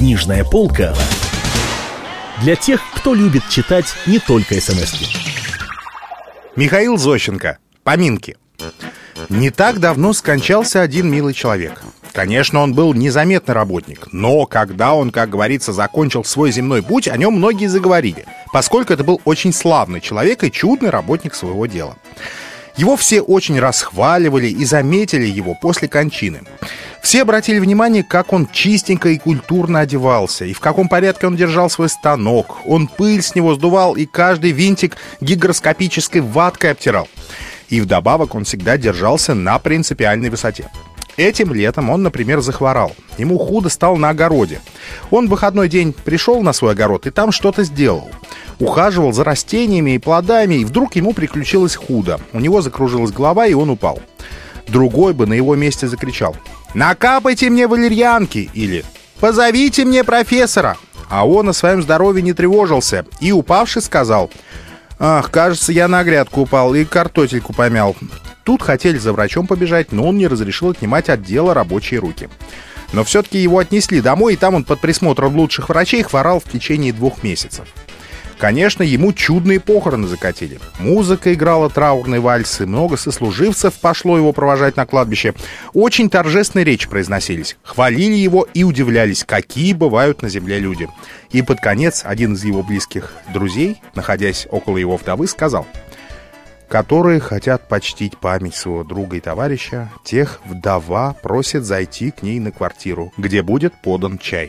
Книжная полка для тех, кто любит читать не только смс-ки. Михаил Зощенко. Поминки. Не так давно скончался один милый человек. Конечно, он был незаметный работник, но когда он, как говорится, закончил свой земной путь, о нем многие заговорили, поскольку это был очень славный человек и чудный работник своего дела. Его все очень расхваливали и заметили его после кончины. Все обратили внимание, как он чистенько и культурно одевался, и в каком порядке он держал свой станок. Он пыль с него сдувал и каждый винтик гигроскопической ваткой обтирал. И вдобавок он всегда держался на принципиальной высоте. Этим летом он, например, захворал. Ему худо стало на огороде. Он в выходной день пришел на свой огород и там что-то сделал. Ухаживал за растениями и плодами, и вдруг ему приключилось худо. У него закружилась голова, и он упал. Другой бы на его месте закричал: «Накапайте мне валерьянки!» или «Позовите мне профессора!» А он о своем здоровье не тревожился и, упавший, сказал: «Ах, кажется, я на грядку упал и картофельку помял». Тут хотели за врачом побежать, но он не разрешил отнимать от дела рабочие руки. Но все-таки его отнесли домой, и там он под присмотром лучших врачей хворал в течение 2 месяцев. Конечно, ему чудные похороны закатили. Музыка играла траурные вальсы, много сослуживцев пошло его провожать на кладбище. Очень торжественные речи произносились, хвалили его и удивлялись, какие бывают на земле люди. И под конец один из его близких друзей, находясь около его вдовы, сказал: «Которые хотят почтить память своего друга и товарища, тех вдова просит зайти к ней на квартиру, где будет подан чай».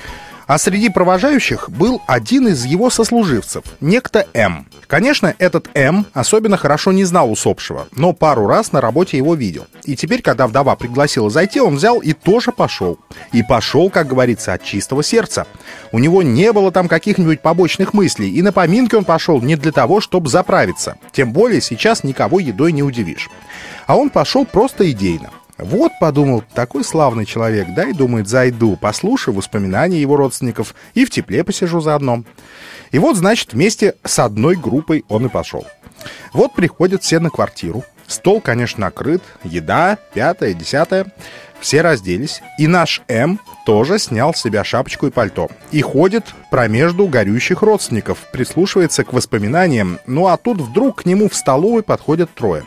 А среди провожающих был один из его сослуживцев, некто М. Конечно, этот М особенно хорошо не знал усопшего, но пару раз на работе его видел. И теперь, когда вдова пригласила зайти, он взял и тоже пошел. И пошел, как говорится, от чистого сердца. У него не было там каких-нибудь побочных мыслей, и на поминки он пошел не для того, чтобы заправиться. Тем более сейчас никого едой не удивишь. А он пошел просто идейно. Вот, подумал, такой славный человек, да, и думает, зайду, послушаю воспоминания его родственников и в тепле посижу заодно. И вот, значит, вместе с одной группой он и пошел. Вот приходят все на квартиру, стол, конечно, накрыт, еда, 5-е, 10-е, все разделись, и наш М тоже снял с себя шапочку и пальто и ходит промежду горюющих родственников, прислушивается к воспоминаниям, ну а тут вдруг к нему в столовой подходят 3.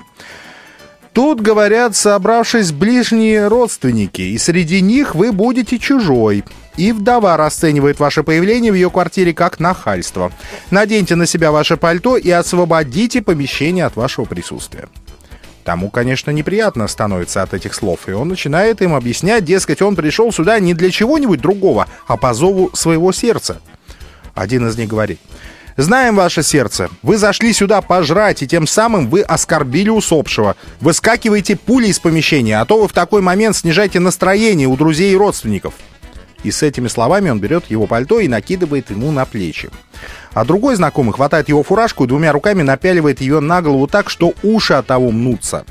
Тут, говорят, собравшись ближние родственники, и среди них вы будете чужой. И вдова расценивает ваше появление в ее квартире как нахальство. Наденьте на себя ваше пальто и освободите помещение от вашего присутствия. Тому, конечно, неприятно становится от этих слов, и он начинает им объяснять, дескать, он пришел сюда не для чего-нибудь другого, а по зову своего сердца. Один из них говорит: «Знаем ваше сердце. Вы зашли сюда пожрать, и тем самым вы оскорбили усопшего. Выскакиваете пулей из помещения, а то вы в такой момент снижаете настроение у друзей и родственников». И с этими словами он берет его пальто и накидывает ему на плечи. А другой знакомый хватает его фуражку и 2 руками напяливает ее на голову так, что уши от того мнутся.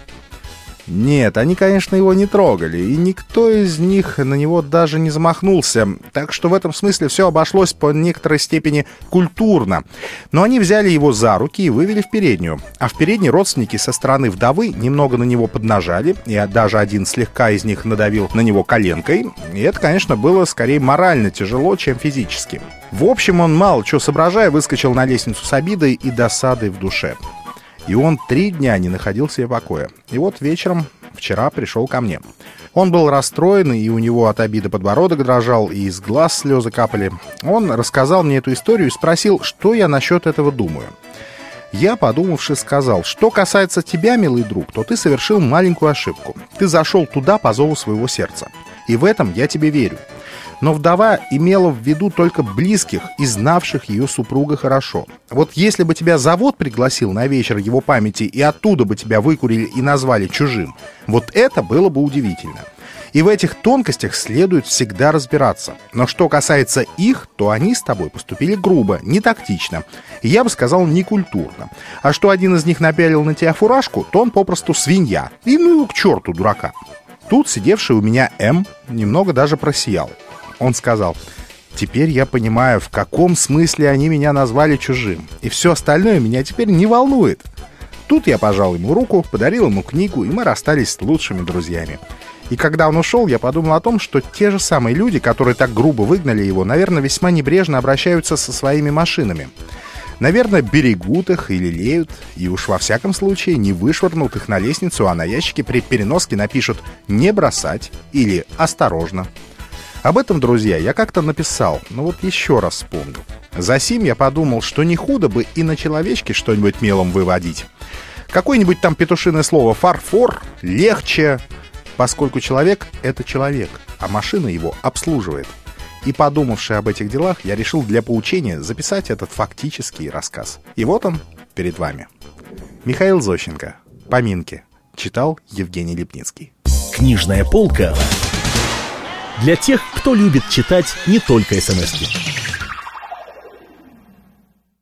Нет, они, конечно, его не трогали, и никто из них на него даже не замахнулся, так что в этом смысле все обошлось по некоторой степени культурно. Но они взяли его за руки и вывели в переднюю, а в передней родственники со стороны вдовы немного на него поднажали, и даже один слегка из них надавил на него коленкой, и это, конечно, было скорее морально тяжело, чем физически. В общем, он, мало чего соображая, выскочил на лестницу с обидой и досадой в душе. И он 3 дня не находил себе покоя. И вот вечером вчера пришел ко мне. Он был расстроен, и у него от обиды подбородок дрожал, и из глаз слезы капали. Он рассказал мне эту историю и спросил, что я насчет этого думаю. Я, подумавши, сказал: что касается тебя, милый друг, то ты совершил маленькую ошибку. Ты зашел туда по зову своего сердца. И в этом я тебе верю. Но вдова имела в виду только близких и знавших ее супруга хорошо. Вот если бы тебя завод пригласил на вечер его памяти, и оттуда бы тебя выкурили и назвали чужим, вот это было бы удивительно. И в этих тонкостях следует всегда разбираться. Но что касается их, то они с тобой поступили грубо, не тактично. И я бы сказал, некультурно. А что один из них напялил на тебя фуражку, то он попросту свинья. И ну его к черту, дурака. Тут сидевший у меня М немного даже просиял. Он сказал: «Теперь я понимаю, в каком смысле они меня назвали чужим, и все остальное меня теперь не волнует». Тут я пожал ему руку, подарил ему книгу, и мы расстались с лучшими друзьями. И когда он ушел, я подумал о том, что те же самые люди, которые так грубо выгнали его, наверное, весьма небрежно обращаются со своими машинами. Наверное, берегут их и лелеют, и уж во всяком случае не вышвырнут их на лестницу, а на ящике при переноске напишут «не бросать» или «осторожно». Об этом, друзья, я как-то написал, но вот еще раз вспомнил. Засим я подумал, что не худо бы и на человечке что-нибудь мелом выводить. Какое-нибудь там петушиное слово «фарфор» легче, поскольку человек — это человек, а машина его обслуживает. И, подумавши об этих делах, я решил для поучения записать этот фактический рассказ. И вот он перед вами. Михаил Зощенко. Поминки. Читал Евгений Лепницкий. Книжная полка для тех, кто любит читать не только смс-ки.